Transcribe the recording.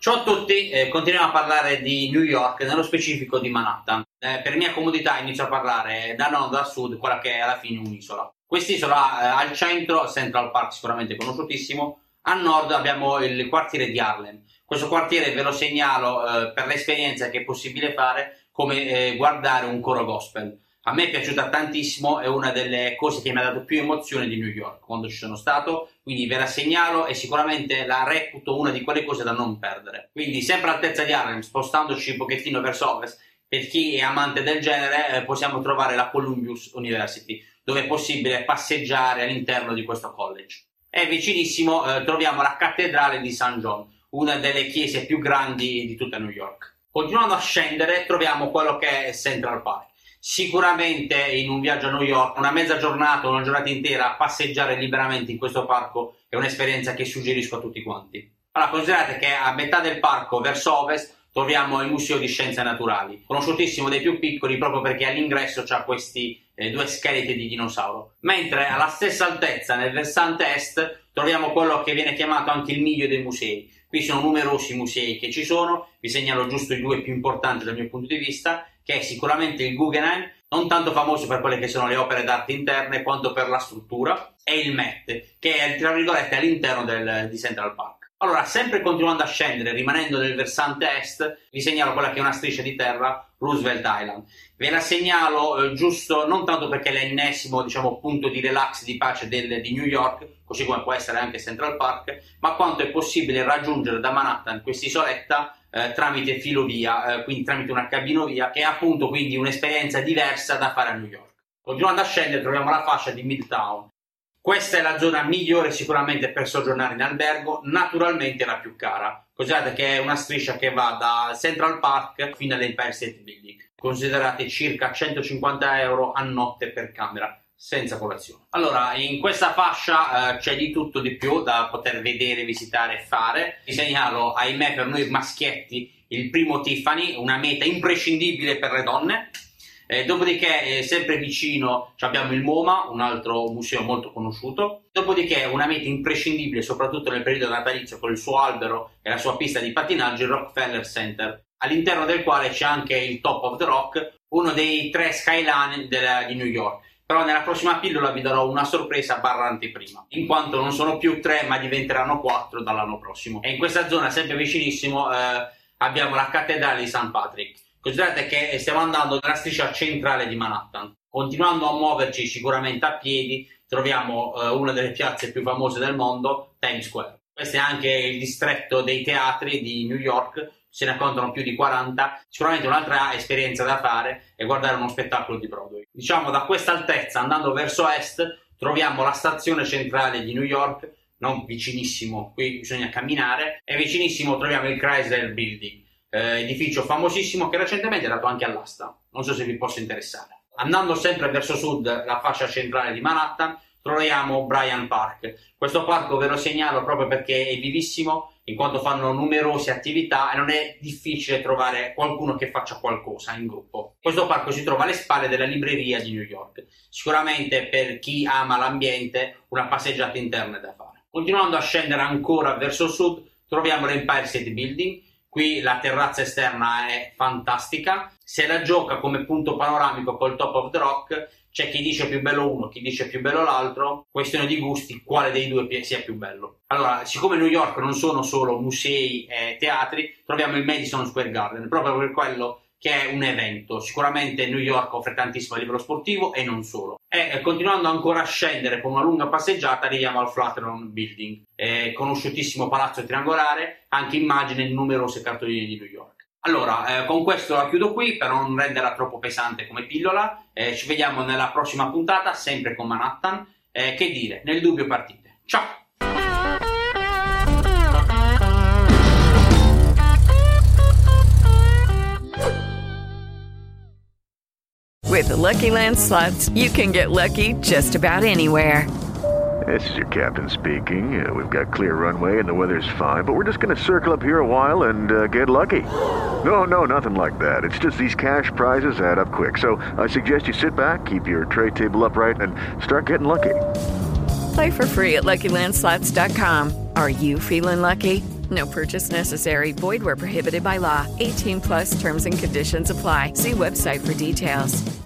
Ciao a tutti, continuiamo a parlare di New York, nello specifico di Manhattan. Per mia comodità inizio a parlare da nord a sud, quella che è alla fine un'isola. Quest'isola al centro, Central Park sicuramente conosciutissimo, a nord abbiamo il quartiere di Harlem. Questo quartiere ve lo segnalo per l'esperienza che è possibile fare come guardare un coro gospel. A me è piaciuta tantissimo, è una delle cose che mi ha dato più emozione di New York quando ci sono stato, quindi ve la segnalo e sicuramente la reputo una di quelle cose da non perdere. Quindi sempre all'altezza di Harlem, spostandoci un pochettino verso ovest, per chi è amante del genere possiamo trovare la Columbus University, dove è possibile passeggiare all'interno di questo college. E vicinissimo troviamo la cattedrale di St. John, una delle chiese più grandi di tutta New York. Continuando a scendere troviamo quello che è Central Park. Sicuramente in un viaggio a New York, una mezza giornata o una giornata intera a passeggiare liberamente in questo parco è un'esperienza che suggerisco a tutti quanti. Allora, considerate che a metà del parco, verso ovest, troviamo il Museo di Scienze Naturali, conosciutissimo dei più piccoli proprio perché all'ingresso c'ha questi due scheletri di dinosauro. Mentre alla stessa altezza, nel versante est, troviamo quello che viene chiamato anche il miglio dei musei. Qui sono numerosi musei che ci sono, vi segnalo giusto i due più importanti dal mio punto di vista, che è sicuramente il Guggenheim, non tanto famoso per quelle che sono le opere d'arte interne quanto per la struttura, e il Met, che è tra virgolette all'interno di Central Park. Allora, sempre continuando a scendere, rimanendo nel versante est, vi segnalo quella che è una striscia di terra, Roosevelt Island. Ve la segnalo giusto non tanto perché è l'ennesimo, punto di relax, di pace di New York, così come può essere anche Central Park, ma quanto è possibile raggiungere da Manhattan quest'isoletta tramite filovia, quindi tramite una cabinovia, che è appunto quindi un'esperienza diversa da fare a New York. Continuando a scendere troviamo la fascia di Midtown. Questa è la zona migliore sicuramente per soggiornare in albergo, naturalmente la più cara. Considerate che è una striscia che va da Central Park fino all'Empire State Building. Considerate circa 150 euro a notte per camera, senza colazione. Allora, in questa fascia c'è di tutto di più da poter vedere, visitare e fare. Vi segnalo, ahimè per noi maschietti, il primo Tiffany, una meta imprescindibile per le donne. Dopodiché, sempre vicino abbiamo il MoMA, un altro museo molto conosciuto. Dopodiché, una meta imprescindibile, soprattutto nel periodo natalizio, con il suo albero e la sua pista di pattinaggio, il Rockefeller Center, all'interno del quale c'è anche il Top of the Rock, uno dei 3 skyline di New York. Però nella prossima pillola vi darò una sorpresa barra anteprima, in quanto non sono più 3 ma diventeranno 4 dall'anno prossimo. E in questa zona, sempre vicinissimo, abbiamo la cattedrale di St. Patrick. Considerate che stiamo andando nella striscia centrale di Manhattan. Continuando a muoverci sicuramente a piedi, troviamo una delle piazze più famose del mondo, Times Square. Questo è anche il distretto dei teatri di New York, se ne contano più di 40. Sicuramente un'altra esperienza da fare è guardare uno spettacolo di Broadway. Da questa altezza, andando verso est, troviamo la stazione centrale di New York, non vicinissimo, qui bisogna camminare, e vicinissimo troviamo il Chrysler Building. Edificio famosissimo che recentemente è dato anche all'asta, non so se vi possa interessare. Andando sempre verso sud, la fascia centrale di Manhattan, troviamo Bryant Park. Questo parco ve lo segnalo proprio perché è vivissimo, in quanto fanno numerose attività e non è difficile trovare qualcuno che faccia qualcosa in gruppo. Questo parco si trova alle spalle della libreria di New York. Sicuramente per chi ama l'ambiente una passeggiata interna è da fare. Continuando a scendere ancora verso sud, troviamo l'Empire State Building. Qui la terrazza esterna è fantastica, se la gioca come punto panoramico col Top of the Rock. C'è chi dice più bello uno, chi dice più bello l'altro, questione di gusti, quale dei due sia più bello. Allora, siccome New York non sono solo musei e teatri, troviamo il Madison Square Garden, proprio per quello che è un evento. Sicuramente New York offre tantissimo a livello sportivo e non solo. E continuando ancora a scendere con una lunga passeggiata arriviamo al Flatiron Building, conosciutissimo palazzo triangolare, anche immagine in numerose cartoline di New York. Allora, con questo la chiudo qui per non renderla troppo pesante come pillola. Ci vediamo nella prossima puntata, sempre con Manhattan. Che dire, nel dubbio partite. Ciao! With the Lucky Land Slots, you can get lucky just about anywhere. This is your captain speaking. We've got clear runway and the weather's fine, but we're just going to circle up here a while and get lucky. No, nothing like that. It's just these cash prizes add up quick. So I suggest you sit back, keep your tray table upright, and start getting lucky. Play for free at LuckyLandSlots.com. Are you feeling lucky? No purchase necessary. Void where prohibited by law. 18+ terms and conditions apply. See website for details.